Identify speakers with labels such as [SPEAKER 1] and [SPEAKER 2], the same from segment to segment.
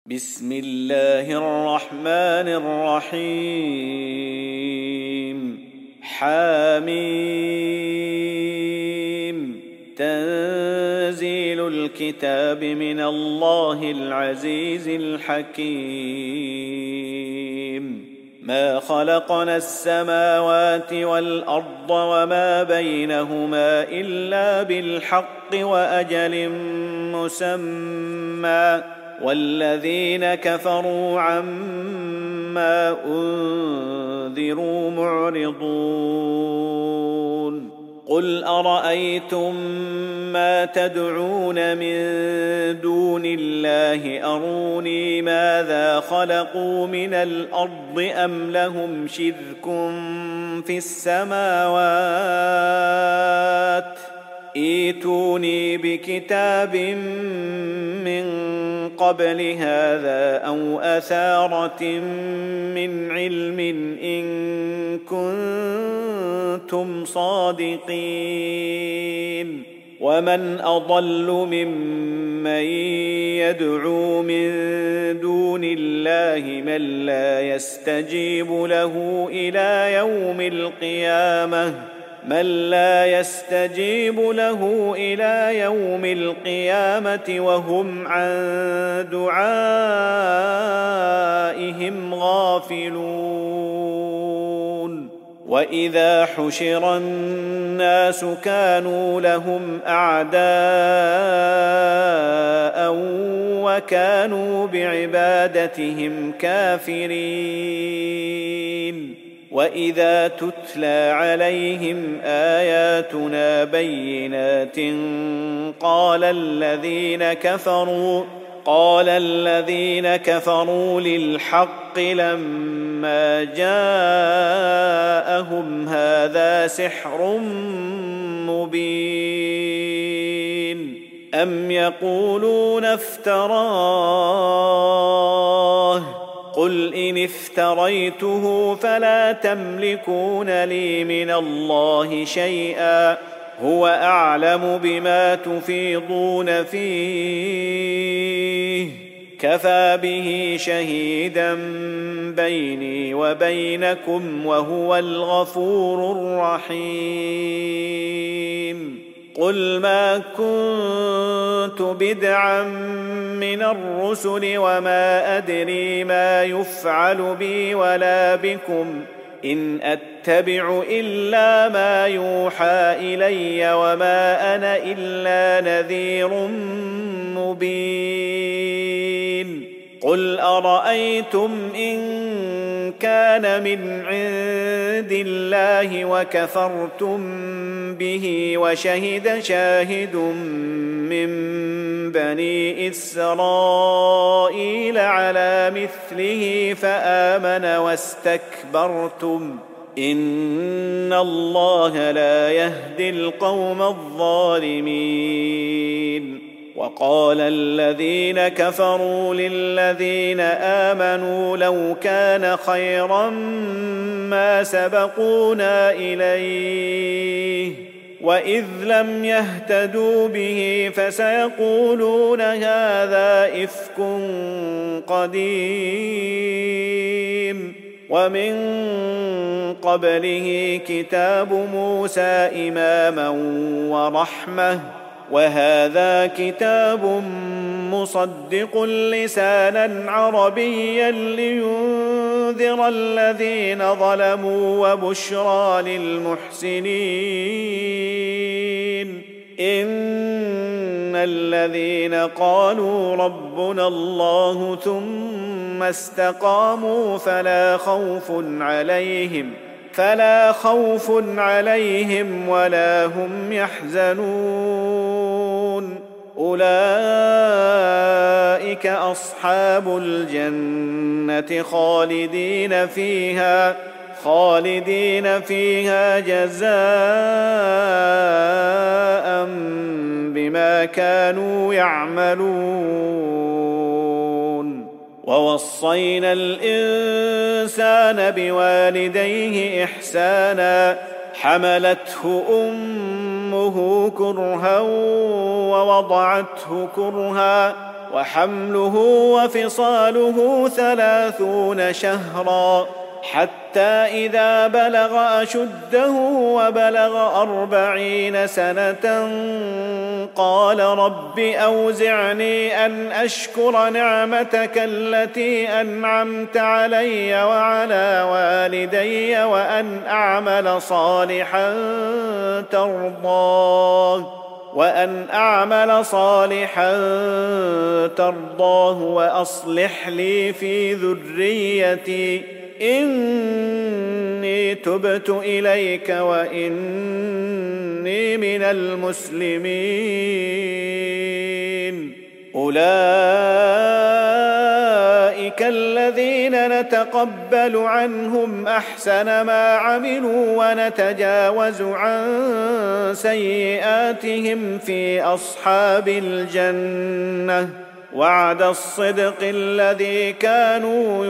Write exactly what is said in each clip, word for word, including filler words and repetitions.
[SPEAKER 1] بسم الله الرحمن الرحيم حميم تنزيل الكتاب من الله العزيز الحكيم ما خلقنا السماوات والأرض وما بينهما إلا بالحق وأجل مسمى والذين كفروا عما أنذروا معرضون قل أرأيتم ما تدعون من دون الله أروني ماذا خلقوا من الأرض أم لهم شرك في السماوات ائتوني بكتاب من قبل هذا أو أثارة من علم إن كنتم صادقين ومن أضل ممن يدعو من دون الله من لا يستجيب له إلى يوم القيامة من لا يستجيب له إلى يوم القيامة وهم عن دعائهم غافلون وإذا حشر الناس كانوا لهم أعداء وكانوا بعبادتهم كافرين وإذا تتلى عليهم آياتنا بينات قال الذين كفروا قال الذين كفروا للحق لما جاءهم هذا سحر مبين أم يقولون افتراه قل إن افتريته فلا تملكون لي من الله شيئا هو أعلم بما تفيضون فيه كفى به شهيدا بيني وبينكم وهو الغفور الرحيم قل ما كنت بدعا من الرسل وما أدري ما يفعل بي ولا بكم إن أتبع إلا ما يوحى إلي وما أنا إلا نذير مبين قل أرأيتم إن كان من عند الله وكفرتم به وشهد شاهد من بني إسرائيل على مثله فآمن واستكبرتم إن الله لا يهدي القوم الظالمين وقال الذين كفروا للذين آمنوا لو كان خيرا ما سبقونا إليه وإذ لم يهتدوا به فسيقولون هذا إفك قديم ومن قبله كتاب موسى إماما ورحمة وهذا كتاب مصدق لسانا عربيا لينذر الذين ظلموا وبشرى للمحسنين إن الذين قالوا ربنا الله ثم استقاموا فلا خوف عليهم فلا خوف عليهم ولا هم يحزنون أولئك أصحاب الجنة خالدين فيها خالدين فيها جزاء بما كانوا يعملون ووصينا الإنسان بوالديه إحسانا حملته أمه كرها ووضعته كرها وحمله وفصاله ثلاثون شهرا حتى إذا بلغ أشده وبلغ أربعين سنة قال رب أوزعني أن أشكر نعمتك التي أنعمت علي وعلى والدي وأن أعمل صالحا ترضاه وأن أعمل صالحا ترضاه وأصلح لي في ذريتي إني تبت إليك وإني من المسلمين. أولئك الذين نتقبل عنهم أحسن ما عملوا ونتجاوز عن سيئاتهم في أصحاب الجنة وعد الصدق الذي كانوا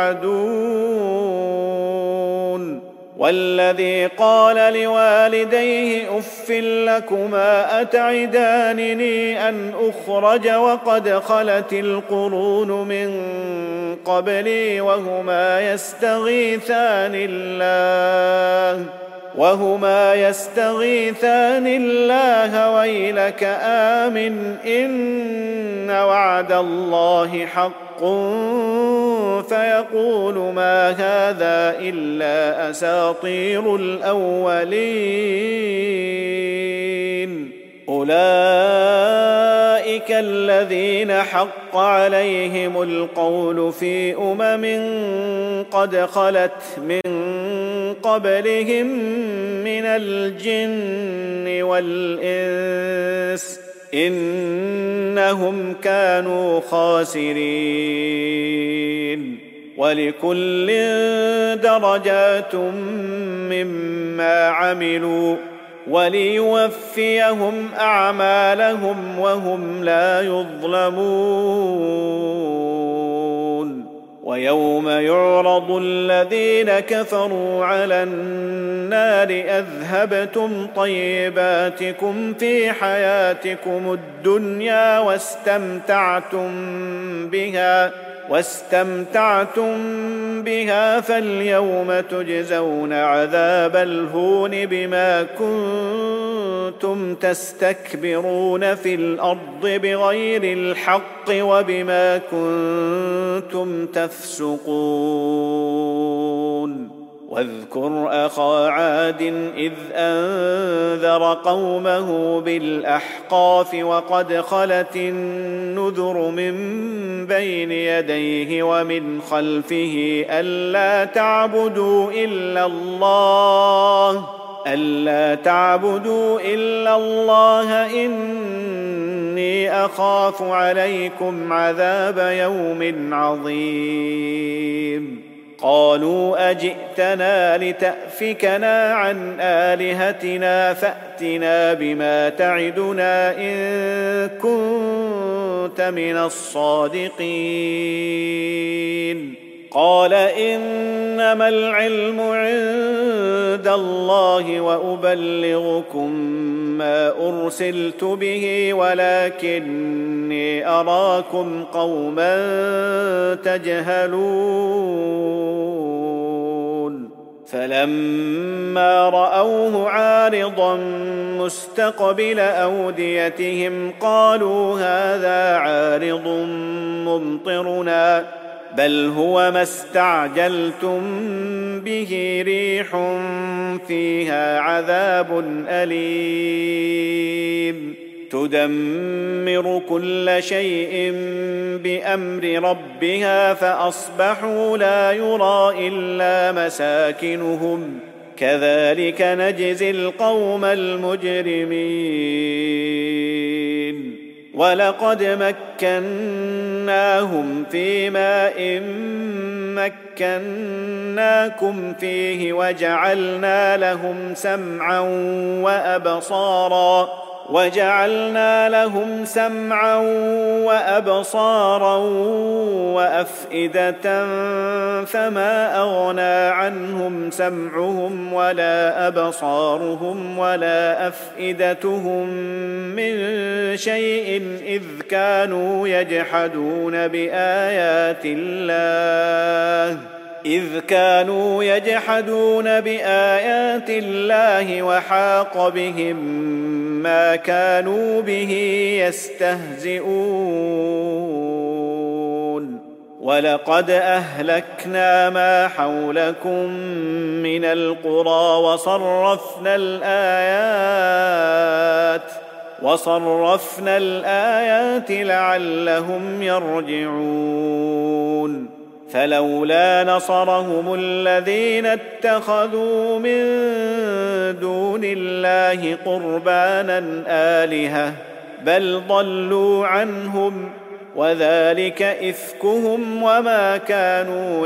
[SPEAKER 1] يوعدون. والذي قال لوالديه أف لكما أتعدانني أن أخرج وقد خلت القرون من قبلي وهما يستغيثان الله وهما يستغيثان الله ويلك آمن إن وعد الله حق فيقول ما هذا إلا أساطير الأولين. أولئك الذين حق عليهم القول في أمم قد خلت من قبلهم من الجن والإنس إنهم كانوا خاسرين. ولكل درجات مما عملوا وليوفيهم أعمالهم وهم لا يظلمون. ويوم يعرض الذين كفروا على النار أذهبتم طيباتكم في حياتكم الدنيا واستمتعتم بها واستمتعتم بها فاليوم تجزون عذاب الهون بما كنتم تستكبرون في الأرض بغير الحق وبما كنتم تفسقون. واذكر أخا عاد إذ أنذر قومه بالأحقاف وقد خلت النذر من بين يديه ومن خلفه ألا تعبدوا إلا الله ألا تعبدوا إلا الله إني أخاف عليكم عذاب يوم عظيم. قالوا أجئتنا لتأفكنا عن آلهتنا فأتنا بما تعدنا إن كنت من الصادقين. قال إنما العلم عند الله وأبلغكم ما أرسلت به ولكني أراكم قوما تجهلون. فلما رأوه عارضا مستقبل أوديتهم قالوا هذا عارض ممطرنا بل هو ما استعجلتم به ريح فيها عذاب أليم تدمر كل شيء بأمر ربها فأصبحوا لا يرى إلا مساكنهم كذلك نجزي القوم المجرمين. ولقد مكناهم في ماء مكناكم فيه وجعلنا لهم سمعا وأبصارا وجعلنا لهم سمعا وأبصارا وأفئدة فما أغنى عنهم سمعهم ولا أبصارهم ولا أفئدتهم من شيء إذ كانوا يجحدون بآيات الله إذ كانوا يجحدون بآيات الله وحاق بهم ما كانوا به يستهزئون ولقد أهلكنا ما حولكم من القرى وصرفنا الآيات وصرفنا الآيات لعلهم يرجعون فلولا نصرهم الذين اتخذوا من دون الله قربانا آلهة بل ضلوا عنهم وذلك إفكهم وما كانوا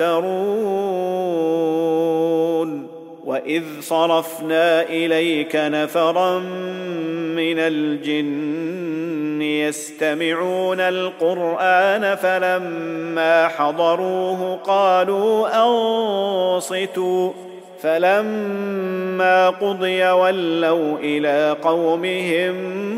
[SPEAKER 1] يفترون وإذ صرفنا إليك نفرا من الجن يستمعون القرآن فلما حضروه قالوا أنصتوا فلما قضي ولوا إلى قومهم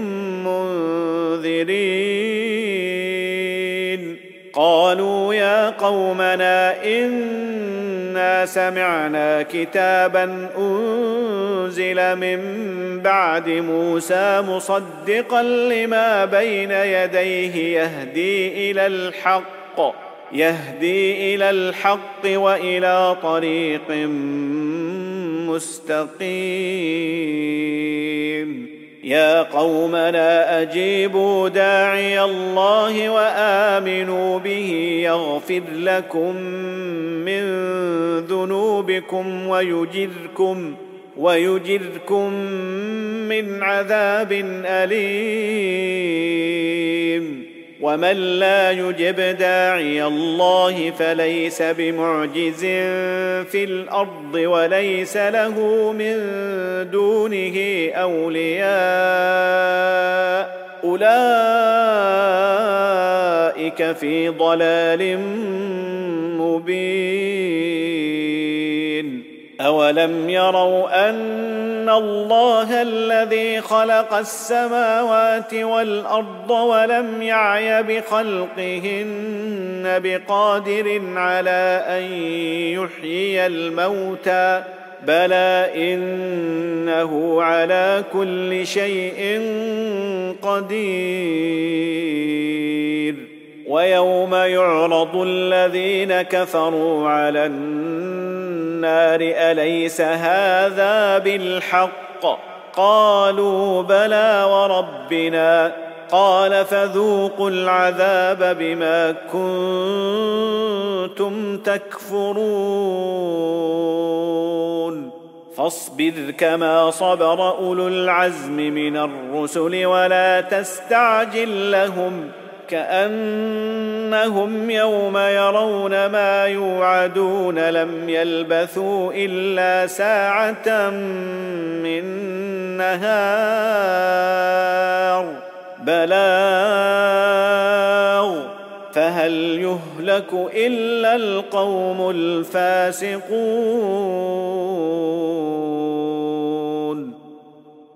[SPEAKER 1] منذرين قالوا يا قومنا إنا سمعنا كتابا أنزل من بعد موسى مصدقا لما بين يديه يهدي إلى الحق يهدي إلى الحق وإلى طريق مستقيم يا قومنا أجيبوا داعي الله وآمنوا به يغفر لكم من ذنوبكم ويجركم ويجركم من عذاب أليم ومن لا يجب داعي الله فليس بمعجز في الأرض وليس له من دونه أولياء أولئك في ضلال مبين أولم يروا أن الله الذي خلق السماوات والأرض ولم يعي بخلقهن بقادر على أن يحيي الموتى بلى إنه على كل شيء قدير ويوم يعرض الذين كفروا على النار أليس هذا بالحق قالوا بلى وربنا قال فذوقوا العذاب بما كنتم تكفرون فاصبر كما صبر أولو العزم من الرسل ولا تستعجل لهم كأنهم يوم يرون ما يوعدون لم يلبثوا إلا ساعة من نهار بلاغ فهل يهلك إلا القوم الفاسقون